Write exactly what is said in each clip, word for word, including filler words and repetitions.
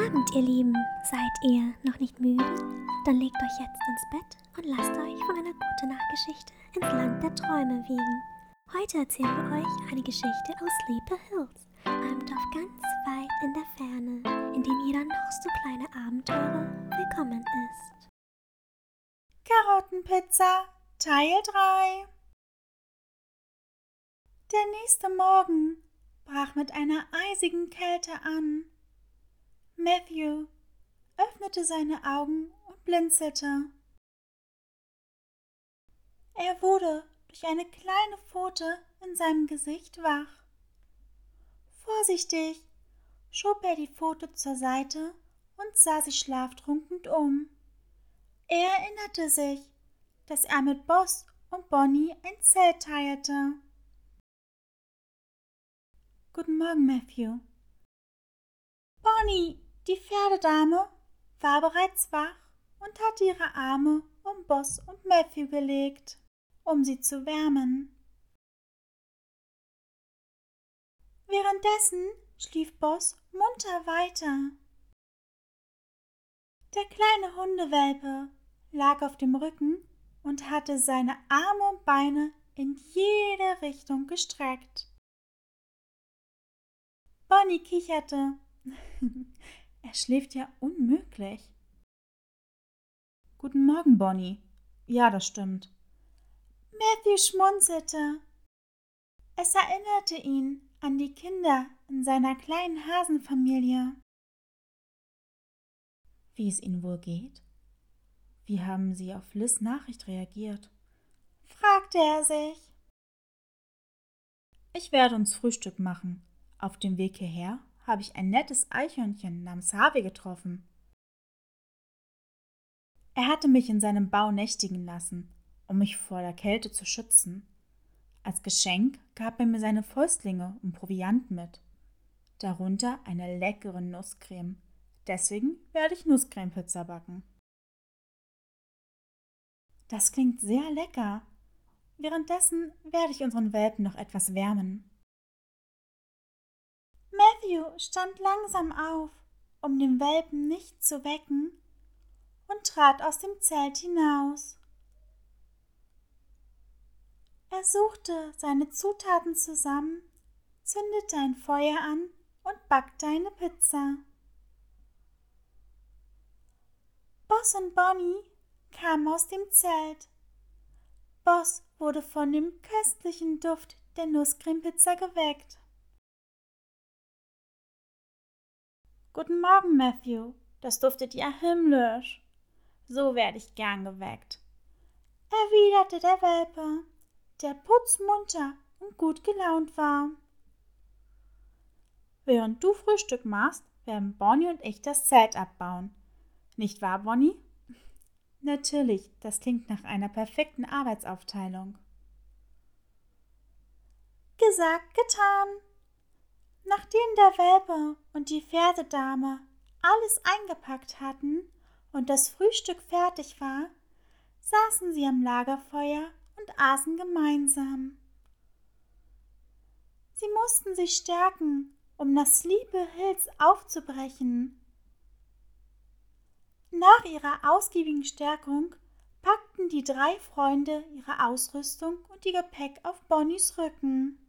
Abend, ihr Lieben. Seid ihr noch nicht müde? Dann legt euch jetzt ins Bett und lasst euch von einer Gute-Nacht-Geschichte ins Land der Träume wiegen. Heute erzählen wir euch eine Geschichte aus Sleepy Hills, einem Dorf ganz weit in der Ferne, in dem jeder noch so kleine Abenteurer willkommen ist. Karottenpizza Teil drei. Der nächste Morgen brach mit einer eisigen Kälte an. Matthew öffnete seine Augen und blinzelte. Er wurde durch eine kleine Pfote in seinem Gesicht wach. Vorsichtig schob er die Pfote zur Seite und sah sich schlaftrunken um. Er erinnerte sich, dass er mit Boss und Bonnie ein Zelt teilte. »Guten Morgen, Matthew.« Bonnie, die Pferdedame, war bereits wach und hatte ihre Arme um Boss und Matthew gelegt, um sie zu wärmen. Währenddessen schlief Boss munter weiter. Der kleine Hundewelpe lag auf dem Rücken und hatte seine Arme und Beine in jede Richtung gestreckt. Bonnie kicherte. Er schläft ja unmöglich. »Guten Morgen, Bonnie. Ja, das stimmt.« Matthew schmunzelte. Es erinnerte ihn an die Kinder in seiner kleinen Hasenfamilie. Wie es ihnen wohl geht? Wie haben sie auf Liz' Nachricht reagiert? Fragte er sich. Ich werde uns Frühstück machen. Auf dem Weg hierher habe ich ein nettes Eichhörnchen namens Harvey getroffen. Er hatte mich in seinem Bau nächtigen lassen, um mich vor der Kälte zu schützen. Als Geschenk gab er mir seine Fäustlinge und Proviant mit, darunter eine leckere Nusscreme. Deswegen werde ich Nusscremepizza backen. Das klingt sehr lecker. Währenddessen werde ich unseren Welpen noch etwas wärmen. Matthew stand langsam auf, um den Welpen nicht zu wecken, und trat aus dem Zelt hinaus. Er suchte seine Zutaten zusammen, zündete ein Feuer an und backte eine Pizza. Boss und Bonnie kamen aus dem Zelt. Boss wurde von dem köstlichen Duft der Nusscremepizza geweckt. »Guten Morgen, Matthew. Das duftet ja himmlisch. So werde ich gern geweckt«, erwiderte der Welpe, der putzmunter und gut gelaunt war. »Während du Frühstück machst, werden Bonnie und ich das Zelt abbauen. Nicht wahr, Bonnie?« »Natürlich, das klingt nach einer perfekten Arbeitsaufteilung.« Gesagt, getan. Nachdem der Welpe und die Pferdedame alles eingepackt hatten und das Frühstück fertig war, saßen sie am Lagerfeuer und aßen gemeinsam. Sie mussten sich stärken, um nach Sleepy Hills aufzubrechen. Nach ihrer ausgiebigen Stärkung packten die drei Freunde ihre Ausrüstung und ihr Gepäck auf Bonnies Rücken.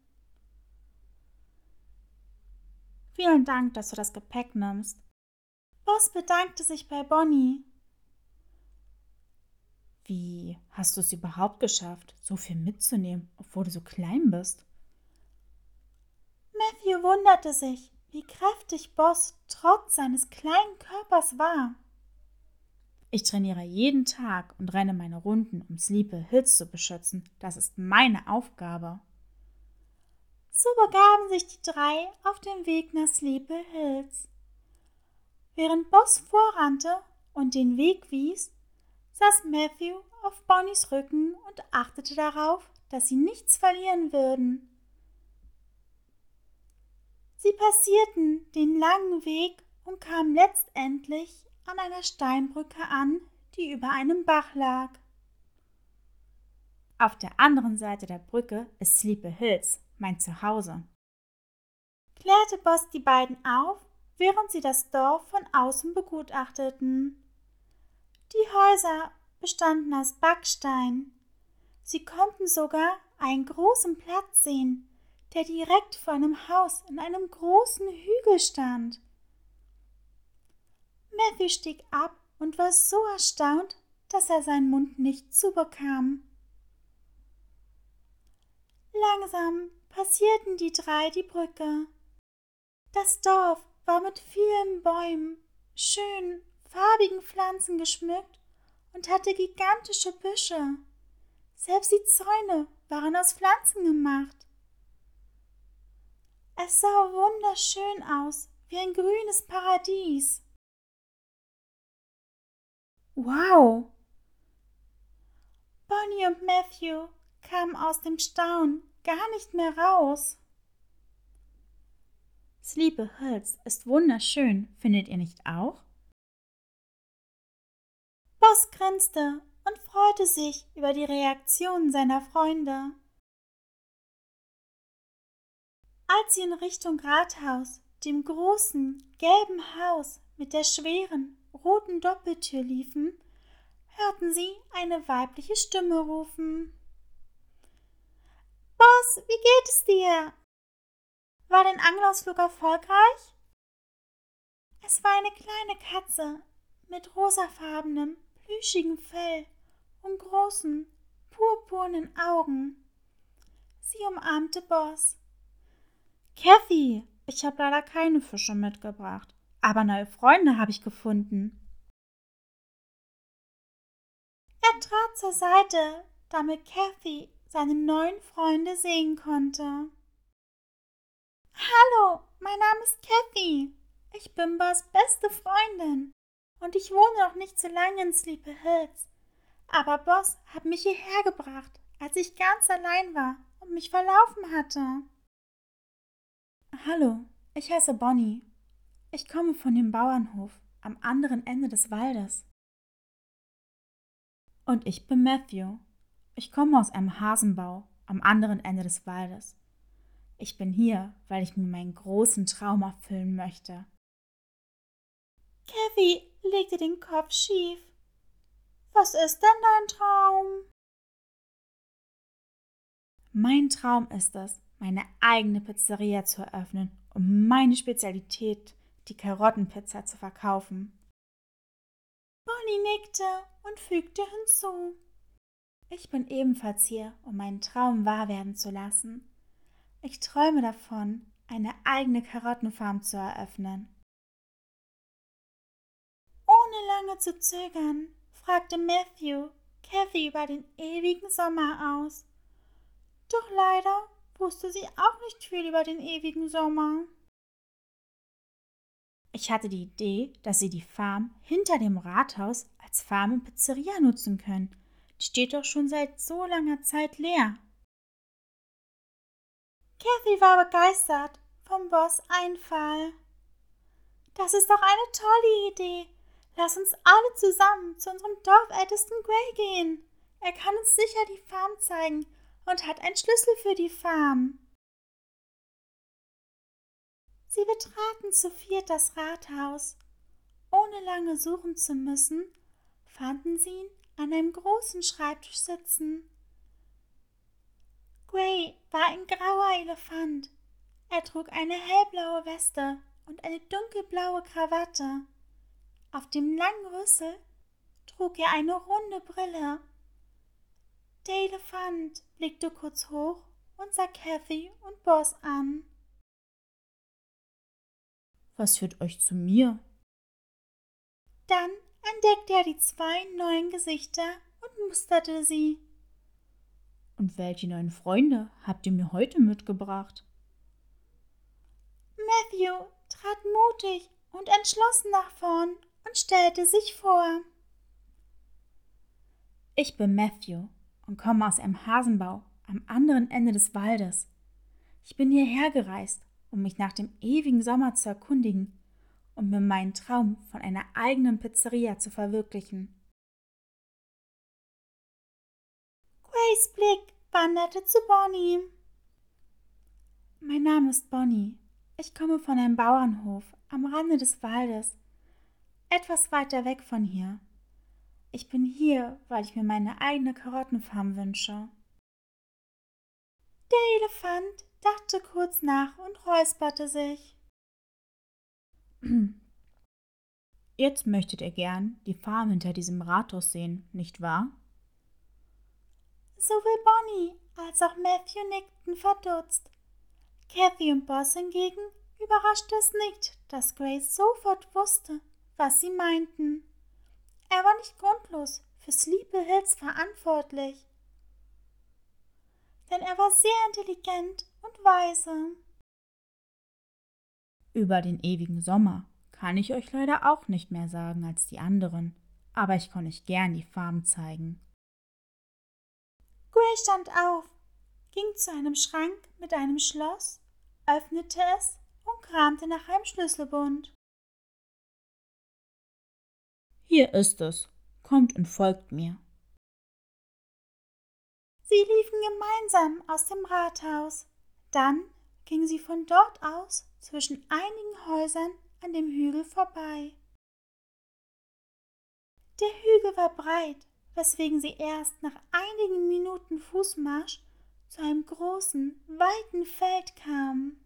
»Vielen Dank, dass du das Gepäck nimmst.« Boss bedankte sich bei Bonnie. »Wie hast du es überhaupt geschafft, so viel mitzunehmen, obwohl du so klein bist?« Matthew wunderte sich, wie kräftig Boss trotz seines kleinen Körpers war. »Ich trainiere jeden Tag und renne meine Runden, um Sleepy Hills zu beschützen. Das ist meine Aufgabe.« So begaben sich die drei auf den Weg nach Sleepy Hills. Während Boss vorrannte und den Weg wies, saß Matthew auf Bonnies Rücken und achtete darauf, dass sie nichts verlieren würden. Sie passierten den langen Weg und kamen letztendlich an einer Steinbrücke an, die über einem Bach lag. Auf der anderen Seite der Brücke ist Sleepy Hills, mein Zuhause, klärte Boss die beiden auf, während sie das Dorf von außen begutachteten. Die Häuser bestanden aus Backstein. Sie konnten sogar einen großen Platz sehen, der direkt vor einem Haus in einem großen Hügel stand. Matthew stieg ab und war so erstaunt, dass er seinen Mund nicht zubekam. Langsam passierten die drei die Brücke. Das Dorf war mit vielen Bäumen, schönen, farbigen Pflanzen geschmückt und hatte gigantische Büsche. Selbst die Zäune waren aus Pflanzen gemacht. Es sah wunderschön aus, wie ein grünes Paradies. Wow! Bonnie und Matthew kamen aus dem Staunen gar nicht mehr raus. Sleepy Hills ist wunderschön, findet ihr nicht auch? Boss grinste und freute sich über die Reaktionen seiner Freunde. Als sie in Richtung Rathaus, dem großen, gelben Haus mit der schweren, roten Doppeltür liefen, hörten sie eine weibliche Stimme rufen. »Boss, wie geht es dir? War dein Angelausflug erfolgreich?« Es war eine kleine Katze mit rosafarbenem, plüschigem Fell und großen, purpurnen Augen. Sie umarmte Boss. »Kathy, ich habe leider keine Fische mitgebracht, aber neue Freunde habe ich gefunden.« Er trat zur Seite, damit Kathy seine neuen Freunde sehen konnte. »Hallo, mein Name ist Kathy. Ich bin Boss' beste Freundin und ich wohne noch nicht so lange in Sleepy Hills. Aber Boss hat mich hierher gebracht, als ich ganz allein war und mich verlaufen hatte.« »Hallo, ich heiße Bonnie. Ich komme von dem Bauernhof am anderen Ende des Waldes.« »Und ich bin Matthew. Ich komme aus einem Hasenbau am anderen Ende des Waldes. Ich bin hier, weil ich mir meinen großen Traum erfüllen möchte.« Kathy legte den Kopf schief. »Was ist denn dein Traum?« »Mein Traum ist es, meine eigene Pizzeria zu eröffnen, um meine Spezialität, die Karottenpizza, zu verkaufen.« Bonnie nickte und fügte hinzu. »Ich bin ebenfalls hier, um meinen Traum wahr werden zu lassen. Ich träume davon, eine eigene Karottenfarm zu eröffnen.« Ohne lange zu zögern, fragte Matthew Kathy über den ewigen Sommer aus. Doch leider wusste sie auch nicht viel über den ewigen Sommer. »Ich hatte die Idee, dass Sie die Farm hinter dem Rathaus als Farm und Pizzeria nutzen können. Die steht doch schon seit so langer Zeit leer.« Kathy war begeistert vom Boss' Einfall. »Das ist doch eine tolle Idee. Lass uns alle zusammen zu unserem Dorfältesten Gray gehen. Er kann uns sicher die Farm zeigen und hat einen Schlüssel für die Farm.« Sie betraten zu viert das Rathaus. Ohne lange suchen zu müssen, fanden sie ihn an einem großen Schreibtisch sitzen. Gray war ein grauer Elefant. Er trug eine hellblaue Weste und eine dunkelblaue Krawatte. Auf dem langen Rüssel trug er eine runde Brille. Der Elefant blickte kurz hoch und sah Kathy und Boss an. »Was führt euch zu mir?« Dann entdeckte er die zwei neuen Gesichter und musterte sie. »Und welche neuen Freunde habt ihr mir heute mitgebracht?« Matthew trat mutig und entschlossen nach vorn und stellte sich vor. »Ich bin Matthew und komme aus einem Hasenbau am anderen Ende des Waldes. Ich bin hierher gereist, um mich nach dem ewigen Sommer zu erkundigen und mir meinen Traum von einer eigenen Pizzeria zu verwirklichen.« Grays Blick wanderte zu Bonnie. »Mein Name ist Bonnie. Ich komme von einem Bauernhof am Rande des Waldes, etwas weiter weg von hier. Ich bin hier, weil ich mir meine eigene Karottenfarm wünsche.« Der Elefant dachte kurz nach und räusperte sich. »Jetzt möchtet ihr gern die Farm hinter diesem Rathaus sehen, nicht wahr?« Sowohl Bonnie als auch Matthew nickten verdutzt. Kathy und Boss hingegen überraschte es nicht, dass Grace sofort wusste, was sie meinten. Er war nicht grundlos für Sleepy Hills verantwortlich, denn er war sehr intelligent und weise. Über den ewigen Sommer kann ich euch leider auch nicht mehr sagen als die anderen, aber ich kann euch gern die Farm zeigen. Grace stand auf, ging zu einem Schrank mit einem Schloss, öffnete es und kramte nach einem Schlüsselbund. »Hier ist es. Kommt und folgt mir.« Sie liefen gemeinsam aus dem Rathaus. Dann ging sie von dort aus zwischen einigen Häusern an dem Hügel vorbei. Der Hügel war breit, weswegen sie erst nach einigen Minuten Fußmarsch zu einem großen, weiten Feld kamen.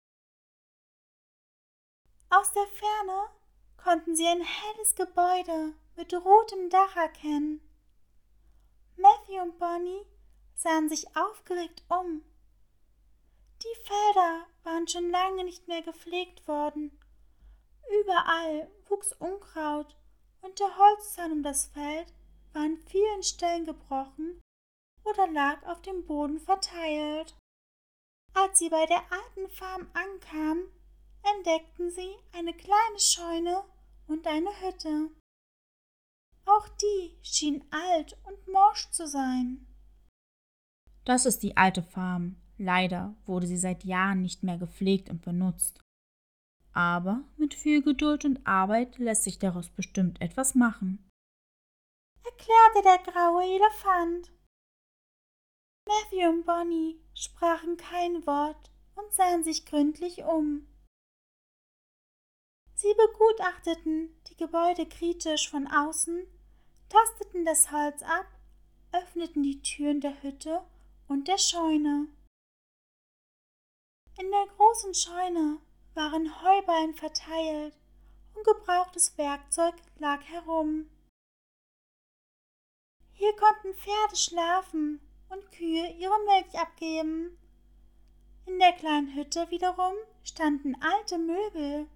Aus der Ferne konnten sie ein helles Gebäude mit rotem Dach erkennen. Matthew und Bonnie sahen sich aufgeregt um. Die Felder waren schon lange nicht mehr gepflegt worden. Überall wuchs Unkraut und der Holzzaun um das Feld war an vielen Stellen gebrochen oder lag auf dem Boden verteilt. Als sie bei der alten Farm ankamen, entdeckten sie eine kleine Scheune und eine Hütte. Auch die schien alt und morsch zu sein. »Das ist die alte Farm. Leider wurde sie seit Jahren nicht mehr gepflegt und benutzt. Aber mit viel Geduld und Arbeit lässt sich daraus bestimmt etwas machen«, erklärte der graue Elefant. Matthew und Bonnie sprachen kein Wort und sahen sich gründlich um. Sie begutachteten die Gebäude kritisch von außen, tasteten das Holz ab, öffneten die Türen der Hütte und der Scheune. In der großen Scheune waren Heuballen verteilt und gebrauchtes Werkzeug lag herum. Hier konnten Pferde schlafen und Kühe ihre Milch abgeben. In der kleinen Hütte wiederum standen alte Möbel.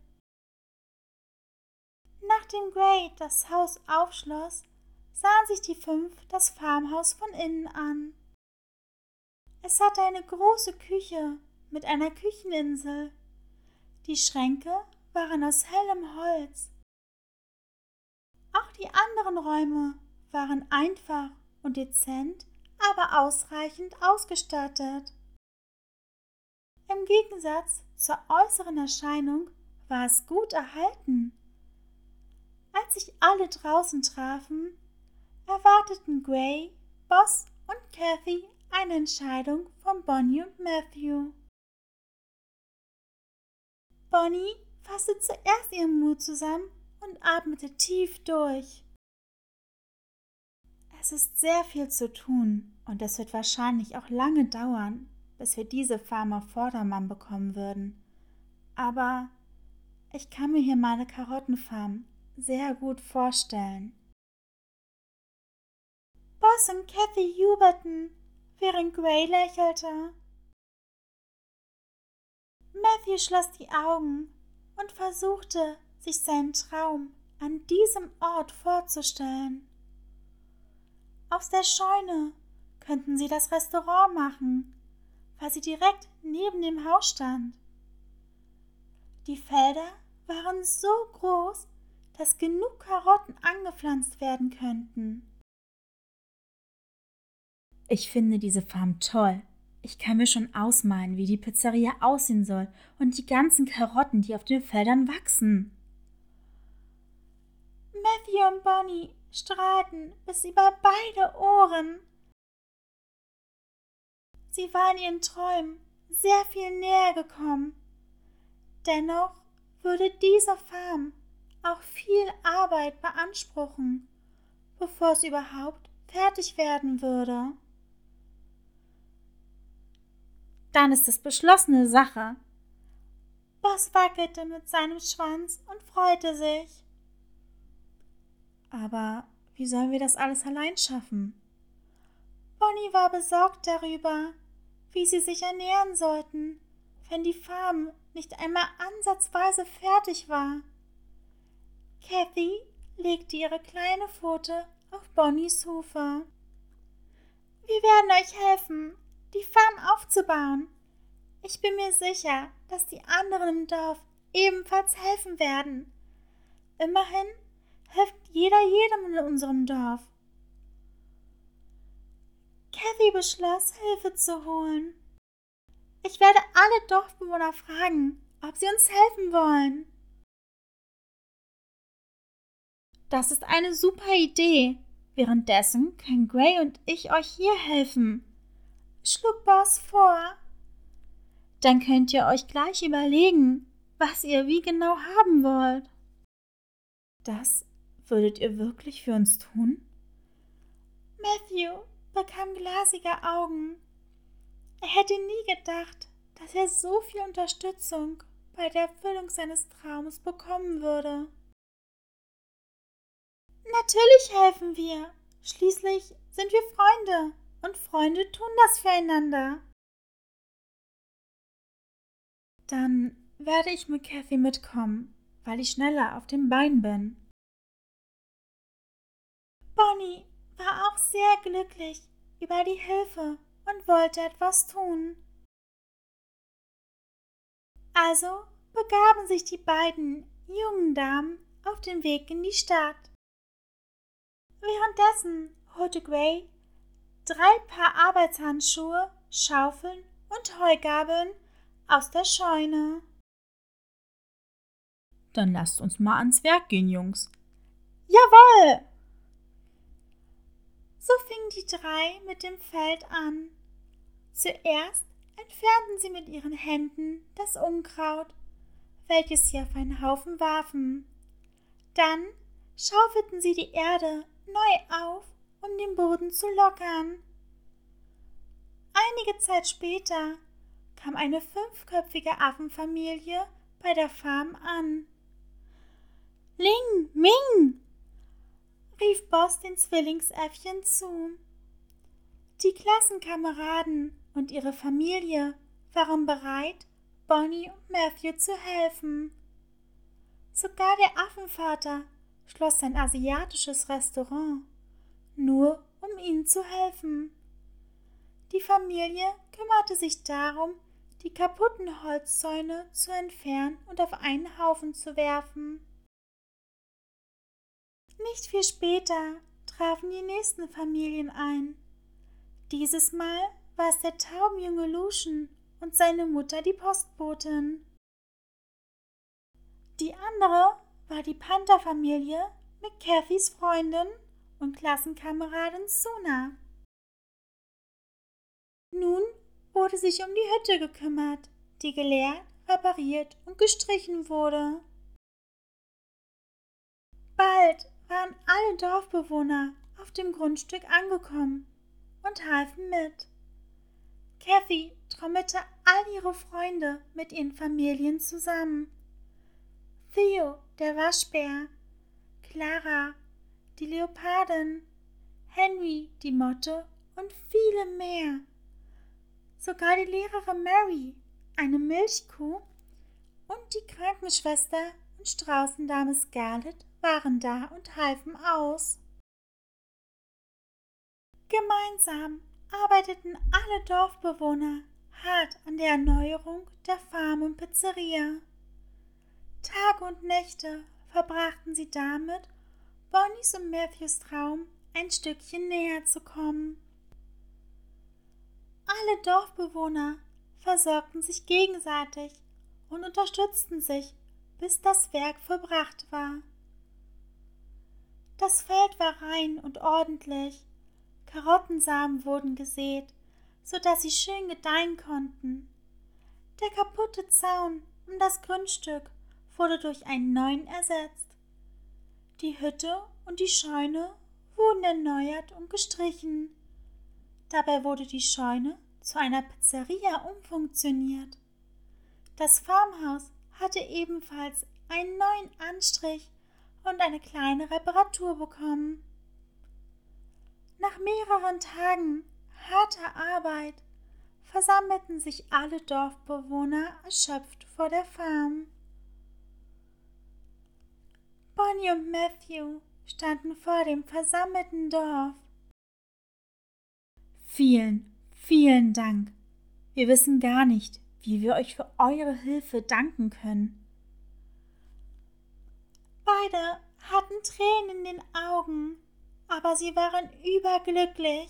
Nachdem Gray das Haus aufschloss, sahen sich die fünf das Farmhaus von innen an. Es hatte eine große Küche mit einer Kücheninsel. Die Schränke waren aus hellem Holz. Auch die anderen Räume waren einfach und dezent, aber ausreichend ausgestattet. Im Gegensatz zur äußeren Erscheinung war es gut erhalten. Als sich alle draußen trafen, erwarteten Gray, Boss und Kathy eine Entscheidung von Bonnie und Matthew. Bonnie fasste zuerst ihren Mut zusammen und atmete tief durch. Es ist sehr viel zu tun und es wird wahrscheinlich auch lange dauern, bis wir diese Farm auf Vordermann bekommen würden. Aber ich kann mir hier meine Karottenfarm sehr gut vorstellen. Boss und Kathy jubelten, während Gray lächelte. Matthew schloss die Augen und versuchte, sich seinen Traum an diesem Ort vorzustellen. Aus der Scheune könnten sie das Restaurant machen, weil sie direkt neben dem Haus stand. Die Felder waren so groß, dass genug Karotten angepflanzt werden könnten. Ich finde diese Farm toll. Ich kann mir schon ausmalen, wie die Pizzeria aussehen soll und die ganzen Karotten, die auf den Feldern wachsen. Matthew und Bonnie strahlten bis über beide Ohren. Sie waren ihren Träumen sehr viel näher gekommen. Dennoch würde diese Farm auch viel Arbeit beanspruchen, bevor es überhaupt fertig werden würde. Dann ist es beschlossene Sache. Boss wackelte mit seinem Schwanz und freute sich. Aber wie sollen wir das alles allein schaffen? Bonnie war besorgt darüber, wie sie sich ernähren sollten, wenn die Farm nicht einmal ansatzweise fertig war. Kathy legte ihre kleine Pfote auf Bonnies Hufe. Wir werden euch helfen, die Farm aufzubauen. Ich bin mir sicher, dass die anderen im Dorf ebenfalls helfen werden. Immerhin hilft jeder jedem in unserem Dorf. Kathy beschloss, Hilfe zu holen. Ich werde alle Dorfbewohner fragen, ob sie uns helfen wollen. Das ist eine super Idee. Währenddessen können Gray und ich euch hier helfen, schlug Boss vor. Dann könnt ihr euch gleich überlegen, was ihr wie genau haben wollt. Das würdet ihr wirklich für uns tun? Matthew bekam glasige Augen. Er hätte nie gedacht, dass er so viel Unterstützung bei der Erfüllung seines Traumes bekommen würde. Natürlich helfen wir. Schließlich sind wir Freunde und Freunde tun das füreinander. Dann werde ich mit Kathy mitkommen, weil ich schneller auf den Beinen bin. Bonnie war auch sehr glücklich über die Hilfe und wollte etwas tun. Also begaben sich die beiden jungen Damen auf den Weg in die Stadt. Währenddessen holte Gray drei Paar Arbeitshandschuhe, Schaufeln und Heugabeln aus der Scheune. Dann lasst uns mal ans Werk gehen, Jungs. Jawohl! So fingen die drei mit dem Feld an. Zuerst entfernten sie mit ihren Händen das Unkraut, welches sie auf einen Haufen warfen. Dann schaufelten sie die Erde neu auf, um den Boden zu lockern. Einige Zeit später kam eine fünfköpfige Affenfamilie bei der Farm an. Ling, Ming, rief Boss den Zwillingsäffchen zu. Die Klassenkameraden und ihre Familie waren bereit, Bonnie und Matthew zu helfen. Sogar der Affenvater schloss sein asiatisches Restaurant, nur um ihnen zu helfen. Die Familie kümmerte sich darum, die kaputten Holzzäune zu entfernen und auf einen Haufen zu werfen. Nicht viel später trafen die nächsten Familien ein. Dieses Mal war es der Taubenjunge Lucian und seine Mutter, die Postbotin. Die andere war die Pantherfamilie mit Cathys Freundin und Klassenkameradin Suna. Nun wurde sich um die Hütte gekümmert, die geleert, repariert und gestrichen wurde. Bald waren alle Dorfbewohner auf dem Grundstück angekommen und halfen mit. Kathy trommelte all ihre Freunde mit ihren Familien zusammen. Theo, der Waschbär, Clara, die Leopardin, Henry, die Motte und viele mehr. Sogar die Lehrerin Mary, eine Milchkuh und die Krankenschwester und Straußendame Scarlett waren da und halfen aus. Gemeinsam arbeiteten alle Dorfbewohner hart an der Erneuerung der Farm und Pizzeria. Tage und Nächte verbrachten sie damit, Bonnies und Matthews Traum ein Stückchen näher zu kommen. Alle Dorfbewohner versorgten sich gegenseitig und unterstützten sich, bis das Werk vollbracht war. Das Feld war rein und ordentlich. Karottensamen wurden gesät, sodass sie schön gedeihen konnten. Der kaputte Zaun um das Grundstück wurde durch einen neuen ersetzt. Die Hütte und die Scheune wurden erneuert und gestrichen. Dabei wurde die Scheune zu einer Pizzeria umfunktioniert. Das Farmhaus hatte ebenfalls einen neuen Anstrich und eine kleine Reparatur bekommen. Nach mehreren Tagen harter Arbeit versammelten sich alle Dorfbewohner erschöpft vor der Farm. Bonnie und Matthew standen vor dem versammelten Dorf. Vielen, vielen Dank. Wir wissen gar nicht, wie wir euch für eure Hilfe danken können. Beide hatten Tränen in den Augen, aber sie waren überglücklich.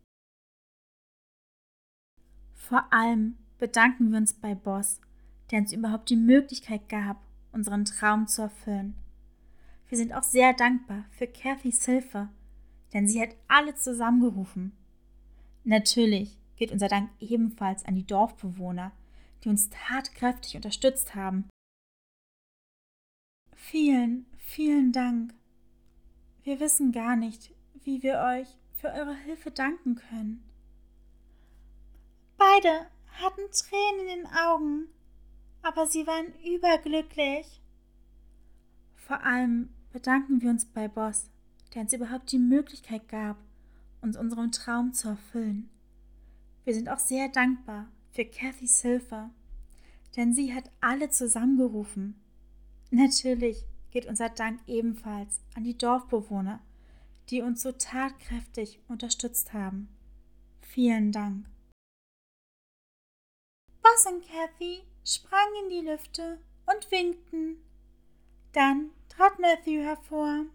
Vor allem bedanken wir uns bei Boss, der uns überhaupt die Möglichkeit gab, unseren Traum zu erfüllen. Wir sind auch sehr dankbar für Cathys Hilfe, denn sie hat alle zusammengerufen. Natürlich geht unser Dank ebenfalls an die Dorfbewohner, die uns tatkräftig unterstützt haben. Vielen, vielen Dank. Wir wissen gar nicht, wie wir euch für eure Hilfe danken können. Beide hatten Tränen in den Augen, aber sie waren überglücklich. Vor allem bedanken wir uns bei Boss, der uns überhaupt die Möglichkeit gab, uns unseren Traum zu erfüllen. Wir sind auch sehr dankbar für Cathys Hilfe, denn sie hat alle zusammengerufen. Natürlich geht unser Dank ebenfalls an die Dorfbewohner, die uns so tatkräftig unterstützt haben. Vielen Dank. Boss und Cathy sprangen in die Lüfte und winkten. Dann trat Matthew hervor.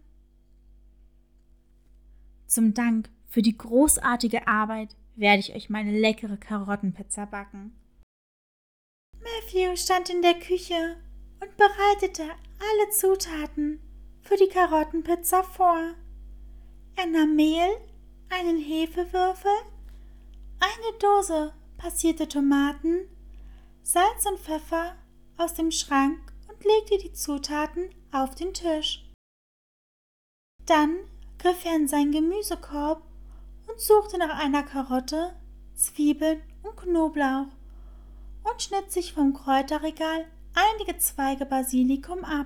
Zum Dank für die großartige Arbeit werde ich euch meine leckere Karottenpizza backen. Matthew stand in der Küche und bereitete alle Zutaten für die Karottenpizza vor. Er nahm Mehl, einen Hefewürfel, eine Dose passierte Tomaten, Salz und Pfeffer aus dem Schrank und legte die Zutaten auf den Tisch. Dann griff er in seinen Gemüsekorb und suchte nach einer Karotte, Zwiebeln und Knoblauch und schnitt sich vom Kräuterregal einige Zweige Basilikum ab.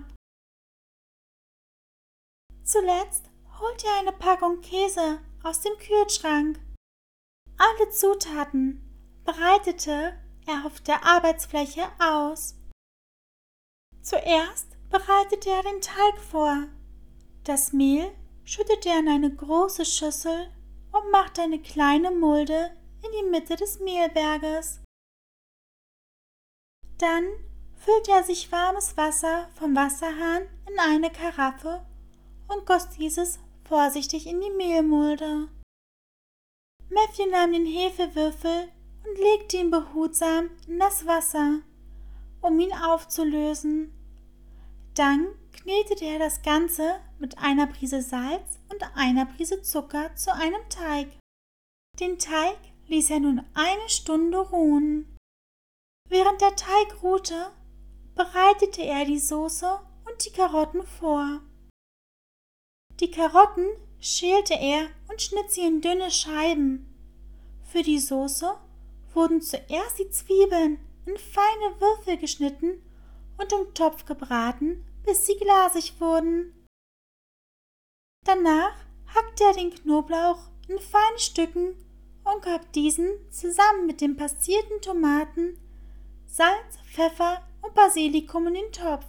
Zuletzt holte er eine Packung Käse aus dem Kühlschrank. Alle Zutaten breitete er auf der Arbeitsfläche aus. Zuerst bereitete er den Teig vor. Das Mehl schüttete er in eine große Schüssel und machte eine kleine Mulde in die Mitte des Mehlberges. Dann füllte er sich warmes Wasser vom Wasserhahn in eine Karaffe und goss dieses vorsichtig in die Mehlmulde. Matthew nahm den Hefewürfel und legte ihn behutsam in das Wasser, um ihn aufzulösen. Dann knetete er das Ganze mit einer Prise Salz und einer Prise Zucker zu einem Teig. Den Teig ließ er nun eine Stunde ruhen. Während der Teig ruhte, bereitete er die Soße und die Karotten vor. Die Karotten schälte er und schnitt sie in dünne Scheiben. Für die Soße wurden zuerst die Zwiebeln in feine Würfel geschnitten und im Topf gebraten, bis sie glasig wurden. Danach hackte er den Knoblauch in feinen Stücken und gab diesen zusammen mit den passierten Tomaten, Salz, Pfeffer und Basilikum in den Topf.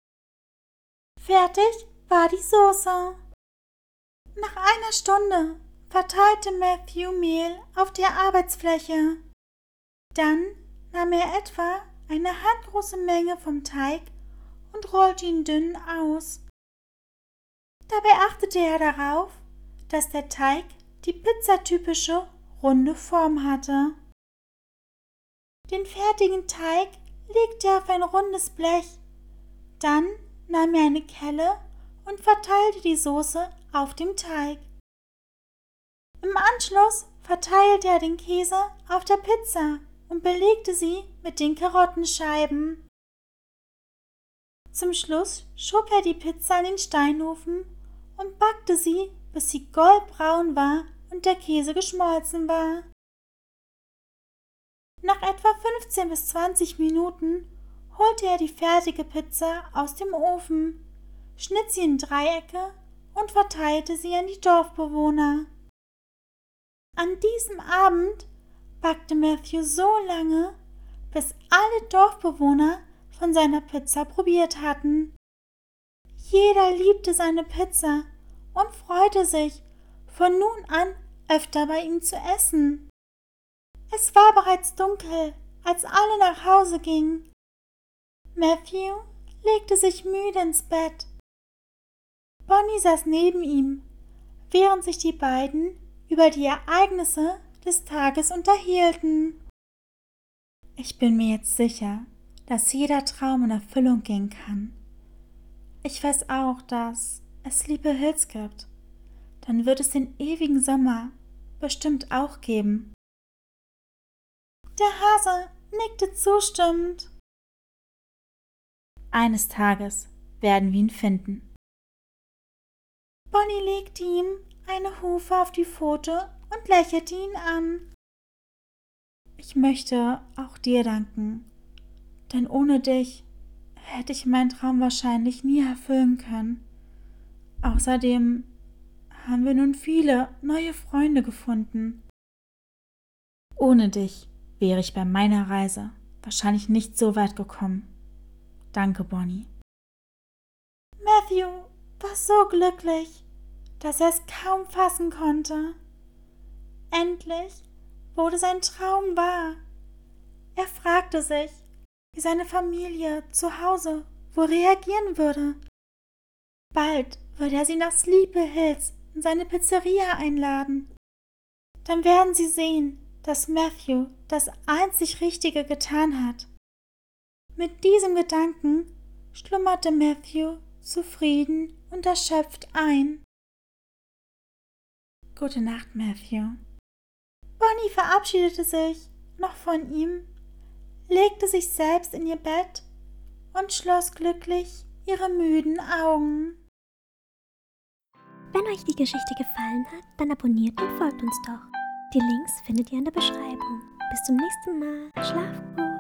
Fertig war die Soße. Nach einer Stunde verteilte Matthew Mehl auf der Arbeitsfläche. Dann nahm er etwa eine handgroße Menge vom Teig und rollte ihn dünn aus. Dabei achtete er darauf, dass der Teig die pizzatypische runde Form hatte. Den fertigen Teig legte er auf ein rundes Blech. Dann nahm er eine Kelle und verteilte die Soße auf dem Teig. Im Anschluss verteilte er den Käse auf der Pizza und belegte sie mit den Karottenscheiben. Zum Schluss schob er die Pizza in den Steinofen und backte sie, bis sie goldbraun war und der Käse geschmolzen war. Nach etwa fünfzehn bis zwanzig Minuten holte er die fertige Pizza aus dem Ofen, schnitt sie in Dreiecke und verteilte sie an die Dorfbewohner. An diesem Abend backte Matthew so lange, bis alle Dorfbewohner von seiner Pizza probiert hatten. Jeder liebte seine Pizza und freute sich, von nun an öfter bei ihm zu essen. Es war bereits dunkel, als alle nach Hause gingen. Matthew legte sich müde ins Bett. Bonnie saß neben ihm, während sich die beiden über die Ereignisse des Tages unterhielten. Ich bin mir jetzt sicher, dass jeder Traum in Erfüllung gehen kann. Ich weiß auch, dass es Sleepy Hills gibt. Dann wird es den ewigen Sommer bestimmt auch geben. Der Hase nickte zustimmend. Eines Tages werden wir ihn finden. Bonnie legte ihm eine Hufe auf die Pfote und lächelte ihn an. Ich möchte auch dir danken, denn ohne dich hätte ich meinen Traum wahrscheinlich nie erfüllen können. Außerdem haben wir nun viele neue Freunde gefunden. Ohne dich wäre ich bei meiner Reise wahrscheinlich nicht so weit gekommen. Danke, Bonnie. Matthew war so glücklich, dass er es kaum fassen konnte. Endlich wurde sein Traum wahr. Er fragte sich, wie seine Familie zu Hause wohl reagieren würde. Bald würde er sie nach Sleepy Hills in seine Pizzeria einladen. Dann werden sie sehen, dass Matthew das einzig Richtige getan hat. Mit diesem Gedanken schlummerte Matthew zufrieden und erschöpft ein. Gute Nacht, Matthew. Bonnie verabschiedete sich noch von ihm, legte sich selbst in ihr Bett und schloss glücklich ihre müden Augen. Wenn euch die Geschichte gefallen hat, dann abonniert und folgt uns doch. Die Links findet ihr in der Beschreibung. Bis zum nächsten Mal. Schlaf gut.